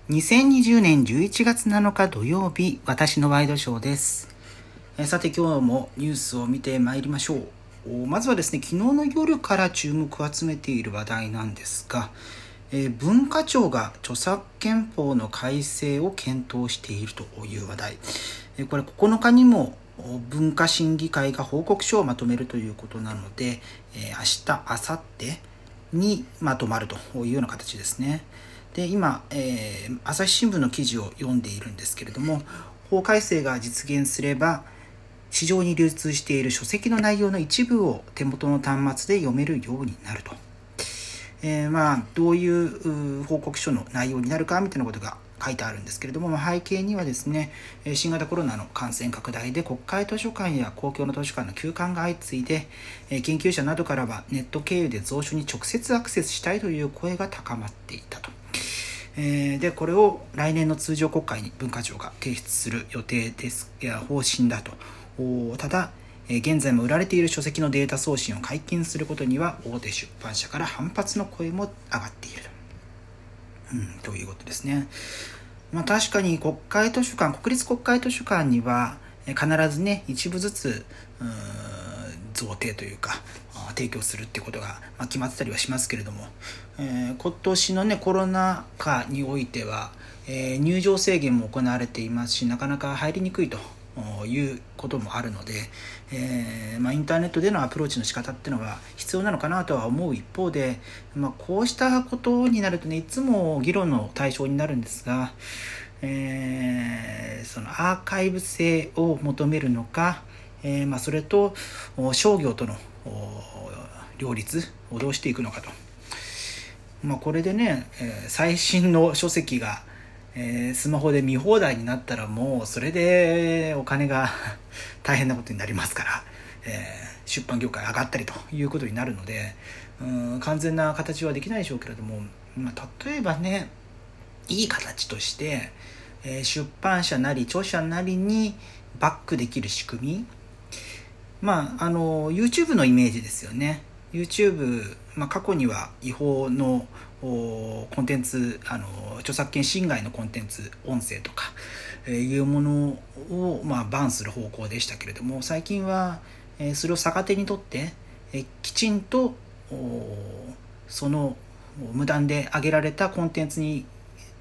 2020年11月7日土曜日、私のワイドショーです。さて今日もニュースを見てまいりましょう。まずはですね、昨日の夜から注目を集めている話題なんですが、文化庁が著作権法の改正を検討しているという話題。これ9日にも文化審議会が報告書をまとめるということなので、明日、明後日にまとまるというような形ですね。で今、朝日新聞の記事を読んでいるんですけれども、法改正が実現すれば市場に流通している書籍の内容の一部を手元の端末で読めるようになると、どういう報告書の内容になるかみたいなことが書いてあるんですけれども、背景にはですね、新型コロナの感染拡大で国会図書館や公共の図書館の休館が相次いで、研究者などからはネット経由で蔵書に直接アクセスしたいという声が高まっていたと。でこれを来年の通常国会に文化庁が提出する予定です方針だと。ただ現在も売られている書籍のデータ送信を解禁することには大手出版社から反発の声も上がっているということですね。確かに国立国会図書館には必ずね一部ずつ贈呈というか提供するってことが決まってたりはしますけれども、今年のねコロナ禍においては、入場制限も行われていますし、なかなか入りにくいということもあるので、インターネットでのアプローチの仕方っていうのは必要なのかなとは思う一方で、こうしたことになるとねいつも議論の対象になるんですが、そのアーカイブ性を求めるのか、それと商業との両立をどうしていくのかと。これでね、最新の書籍が、スマホで見放題になったらもうそれでお金が大変なことになりますから、出版業界上がったりということになるので、完全な形はできないでしょうけれども、例えばねいい形として、出版社なり著者なりにバックできる仕組み、YouTube のイメージですよね。YouTube、過去には違法のコンテンツ、著作権侵害のコンテンツ、音声とか、いうものを、バンする方向でしたけれども、最近は、それを逆手にとって、きちんとその無断で上げられたコンテンツに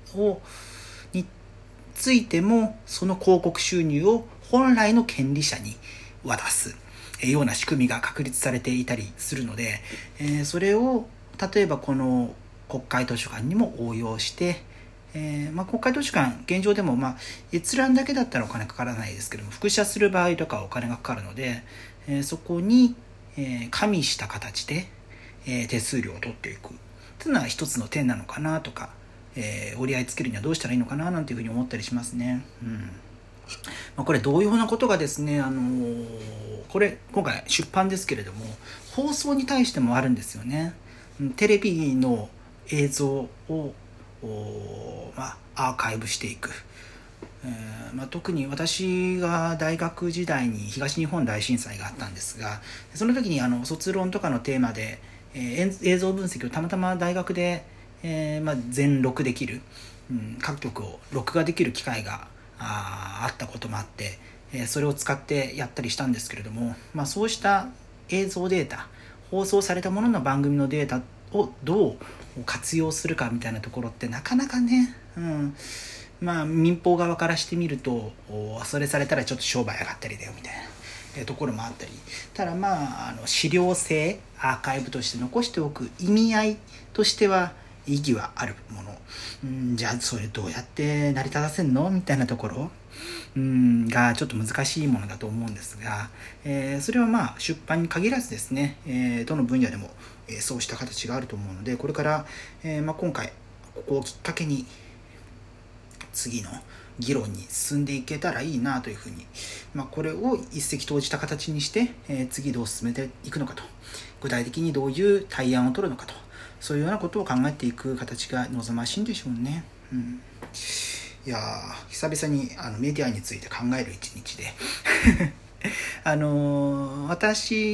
ついてもその広告収入を本来の権利者に渡すような仕組みが確立されていたりするので、それを例えばこの国会図書館にも応用して、国会図書館現状でも閲覧だけだったらお金かからないですけども、複写する場合とかはお金がかかるので、そこに、加味した形で、手数料を取っていくというのは一つの点なのかなとか、折り合いつけるにはどうしたらいいのかななんていうふうに思ったりしますね。これ同様なことがですね、これ今回出版ですけれども放送に対してもあるんですよね。テレビの映像をアーカイブしていく、特に私が大学時代に東日本大震災があったんですが、その時に卒論とかのテーマで、映像分析をたまたま大学で、全録できる、各局を録画できる機会があったこともあって、それを使ってやったりしたんですけれども、そうした映像データ、放送されたものの番組のデータをどう活用するかみたいなところってなかなかね、民放側からしてみるとそれされたらちょっと商売上がったりだよみたいなところもあったり、ただ資料性アーカイブとして残しておく意味合いとしては意義はあるもの、じゃあそれどうやって成り立たせんのみたいなところがちょっと難しいものだと思うんですが、それは出版に限らずですね、どの分野でも、そうした形があると思うので、これから、今回ここをきっかけに次の議論に進んでいけたらいいなというふうに、これを一石投じた形にして、次どう進めていくのかと、具体的にどういう対案を取るのかと、そういうようなことを考えていく形が望ましいんでしょうね。いや久々にメディアについて考える一日で私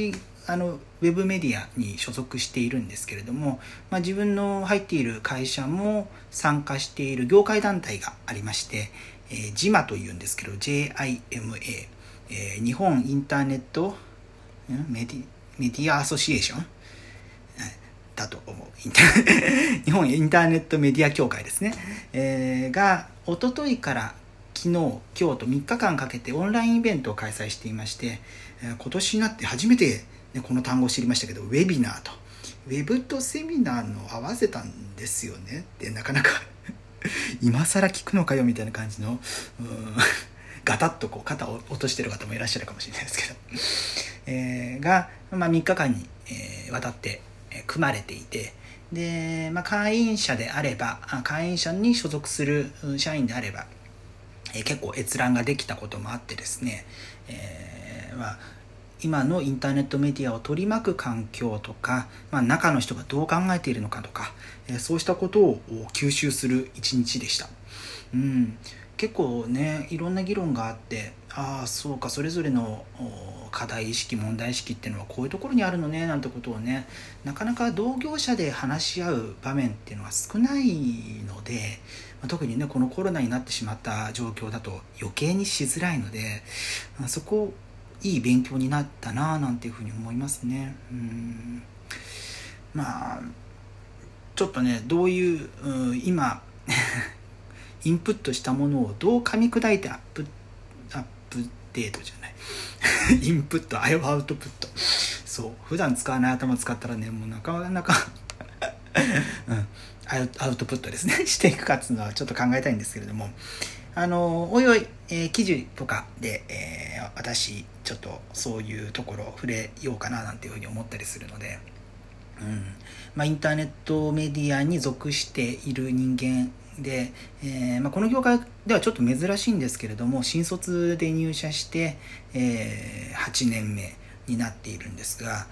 ウェブメディアに所属しているんですけれども、自分の入っている会社も参加している業界団体がありまして、JIMA というんですけど JIMA、日本インターネットメディアアソシエーションだと思う日本インターネットメディア協会ですね、が一昨日から昨日今日と3日間かけてオンラインイベントを開催していまして、今年になって初めて、この単語を知りましたけど、ウェビナーとウェブとセミナーの合わせたんですよねって、なかなか今更聞くのかよみたいな感じのガタッとこう肩を落としている方もいらっしゃるかもしれないですけど、が、3日間に、わたって組まれていて、で、会員者であれば、会員者に所属する社員であれば、結構閲覧ができたこともあってですね、今のインターネットメディアを取り巻く環境とか、中の人がどう考えているのかとか、そうしたことを吸収する一日でした。結構ね、いろんな議論があって、そうか、それぞれの課題意識問題意識っていうのはこういうところにあるのねなんてことをね、なかなか同業者で話し合う場面っていうのは少ないので、特にねこのコロナになってしまった状況だと余計にしづらいので、そこいい勉強になったななんていうふうに思いますね。ちょっとね、どういう、今インプットしたものをどう噛み砕いてアップデートじゃないインプットアウトプット、そう普段使わない頭使ったらね、もうなかなかアウトプットですねしていくかっていうのはちょっと考えたいんですけれども、おいおい、記事とかで、私ちょっとそういうところ触れようかななんていうふうに思ったりするので、インターネットメディアに属している人間で、この業界ではちょっと珍しいんですけれども、新卒で入社して、8年目になっているんですが、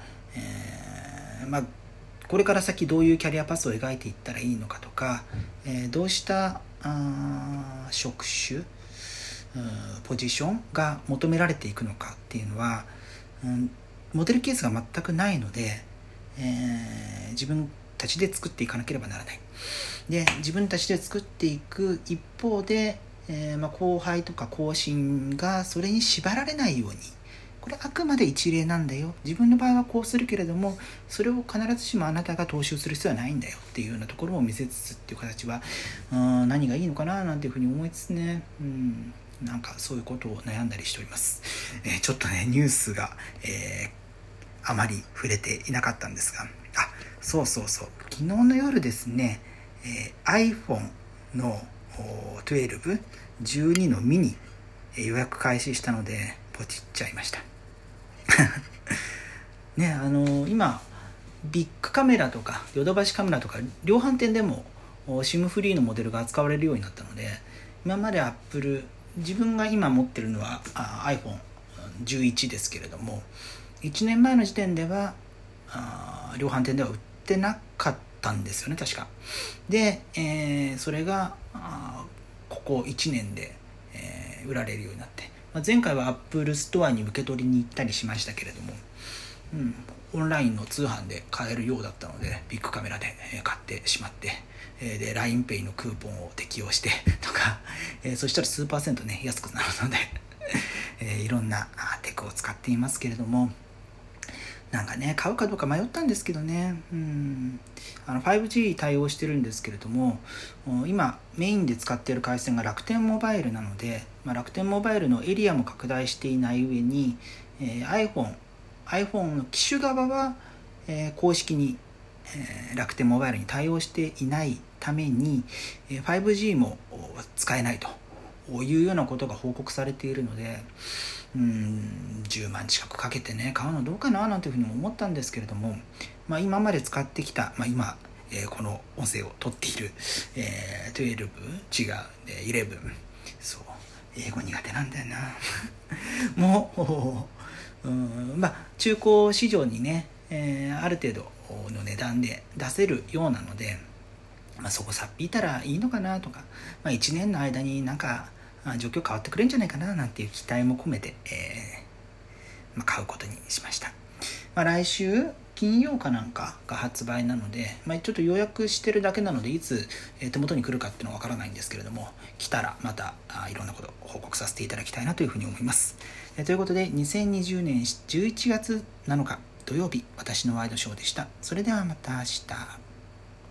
これから先どういうキャリアパスを描いていったらいいのかとか、どうした職種ポジションが求められていくのかっていうのは、モデルケースが全くないので、自分たちで作っていかなければならない。で、自分たちで作っていく一方で、後輩とか後進がそれに縛られないように、これあくまで一例なんだよ、自分の場合はこうするけれども、それを必ずしもあなたが踏襲する必要はないんだよっていうようなところを見せつつっていう形は、何がいいのかななんていうふうに思いつつね、なんかそういうことを悩んだりしております。ちょっとねニュースが、あまり触れていなかったんですが、そう昨日の夜ですね、iPhone の12、12のミニ予約開始したのでポチっちゃいましたね、今ビッグカメラとかヨドバシカメラとか量販店でも SIM フリーのモデルが扱われるようになったので、今まで Apple、 自分が今持ってるのはiPhone11 ですけれども、1年前の時点では量販店では売ってなかったんですよね、確かで、それがここ1年で、売られるようになって、前回は Apple ストアに受け取りに行ったりしましたけれども、オンラインの通販で買えるようだったのでビッグカメラで買ってしまって、で LINEPay のクーポンを適用してとか、そしたら数%ね安くなるのでいろんなテクを使っていますけれども、なんかね買うかどうか迷ったんですけどね、5G 対応してるんですけれども、今メインで使っている回線が楽天モバイルなので、楽天モバイルのエリアも拡大していない上に、iPhone の機種側は、公式に、楽天モバイルに対応していないために、5G も使えないというようなことが報告されているので、10万近くかけてね買うのどうかななんていうふうにも思ったんですけれども、今まで使ってきた、今、この音声を取っている、12違う、11、そう英語苦手なんだよなもう中古市場にね、ある程度の値段で出せるようなので、そこさっぴいたらいいのかなとか、1年の間になんか状況変わってくれるんじゃないかななんていう期待も込めて、買うことにしました。 来週金曜かなんかが発売なので、ちょっと予約してるだけなのでいつ手元に来るかっていうのはわからないんですけれども、来たらまたいろんなことを報告させていただきたいなというふうに思います。ということで2020年11月7日土曜日、私のワイドショーでした。それではまた明日。